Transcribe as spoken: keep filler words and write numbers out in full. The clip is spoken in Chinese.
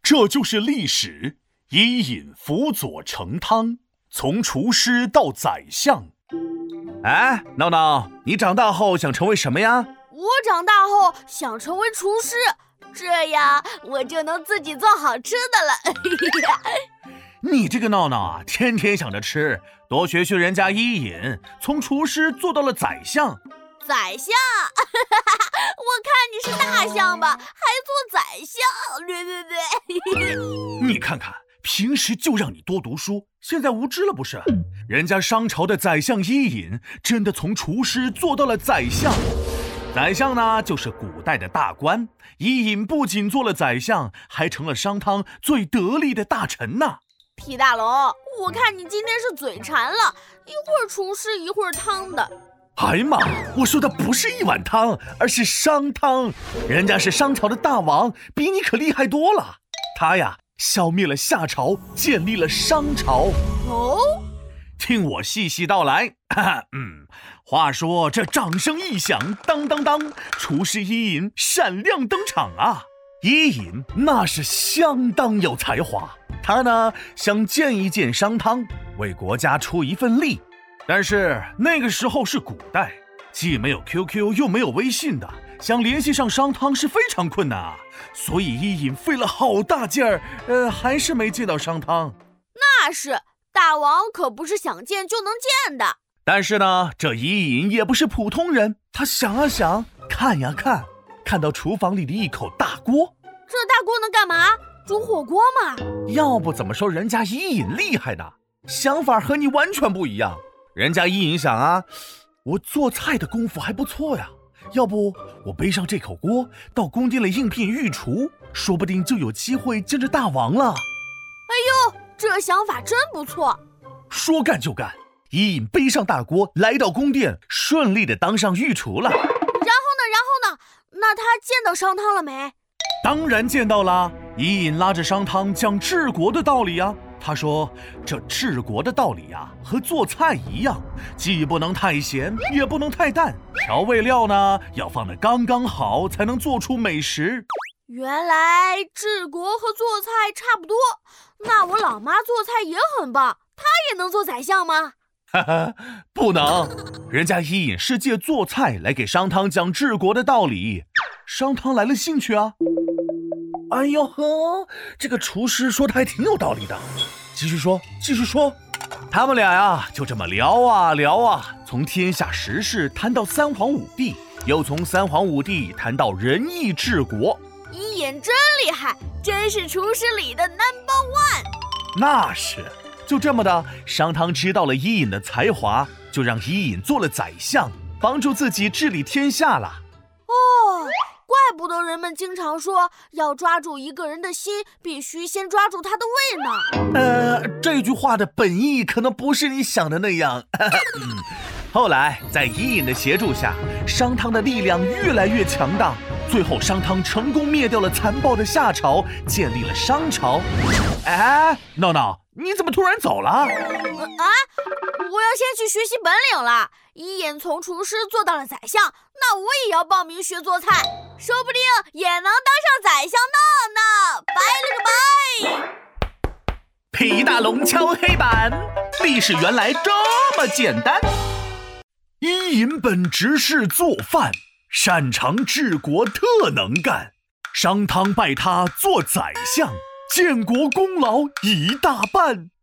这就是历史。伊尹辅佐成汤，从厨师到宰相。哎，闹闹，你长大后想成为什么呀？ 我长大后想成为厨师，这样我就能自己做好吃的了。 你这个闹闹啊，天天想着吃，多学学人家伊尹，从厨师做到了宰相。 宰相？我看你是大象吧，还做宰相？对对对。 你看看，平时就让你多读书，现在无知了不是？人家商朝的宰相伊尹真的从厨师做到了宰相。宰相呢，就是古代的大官。伊尹不仅做了宰相，还成了商汤最得力的大臣呢。 皮大龙，我看你今天是嘴馋了，一会儿厨师一会儿汤的。 哎呀妈，我说的不是一碗汤，而是商汤。人家是商朝的大王，比你可厉害多了。他呀，消灭了夏朝，建立了商朝。 哦， 听我细细道来。嗯，话说这掌声一响，当当当，厨师伊尹闪亮登场啊！伊尹那是相当有才华，他呢想见一见商汤，为国家出一份力。但是那个时候是古代，既没有 Q Q 又没有微信的，想联系上商汤是非常困难啊。所以伊尹费了好大劲儿，呃，还是没见到商汤。 那是，大王可不是想见就能见的。 但是呢，这伊尹也不是普通人，他想啊想，看呀看，看到厨房里的一口大锅。 这大锅能干嘛？煮火锅吗？ 要不怎么说人家伊尹厉害呢？想法和你完全不一样。人家伊尹想啊，我做菜的功夫还不错呀，要不我背上这口锅到宫殿里应聘御厨，说不定就有机会见着大王了。 哎呦，这想法真不错。 说干就干，伊尹背上大锅来到宫殿，顺利的当上御厨了。 然后呢然后呢那他见到商汤了没？ 当然见到了。伊尹拉着商汤讲治国的道理啊。他说，这治国的道理啊，和做菜一样，既不能太咸，也不能太淡，调味料呢要放得刚刚好，才能做出美食。 原来治国和做菜差不多，那我老妈做菜也很棒，她也能做宰相吗？ 哈哈，不能。人家伊尹是借做菜来给商汤讲治国的道理，商汤来了兴趣啊。哎呦呵，这个厨师说的还挺有道理的。继续说，继续说。他们俩呀，就这么聊啊聊啊，从天下时事谈到三皇五帝，又从三皇五帝谈到仁义治国。 伊尹真厉害，真是厨师里的 number one。 那是，就这么的，商汤知道了伊尹的才华，就让伊尹做了宰相，帮助自己治理天下了。 哦，怪不得人们经常说，要抓住一个人的心，必须先抓住他的胃呢。 呃，这句话的本意可能不是你想的那样。嗯，后来在伊尹的协助下，商汤的力量越来越强大，最后商汤成功灭掉了残暴的夏朝，建立了商朝。哎，闹闹，你怎么突然走了？ 啊，我要先去学习本领了。伊尹从厨师做到了宰相，那我也要报名学做菜，说不定也能当上宰相呢呢。拜了个拜。 皮大龙敲黑板，历史原来这么简单。伊尹本职是做饭，擅长治国特能干。商汤拜他做宰相，建国功劳一大半。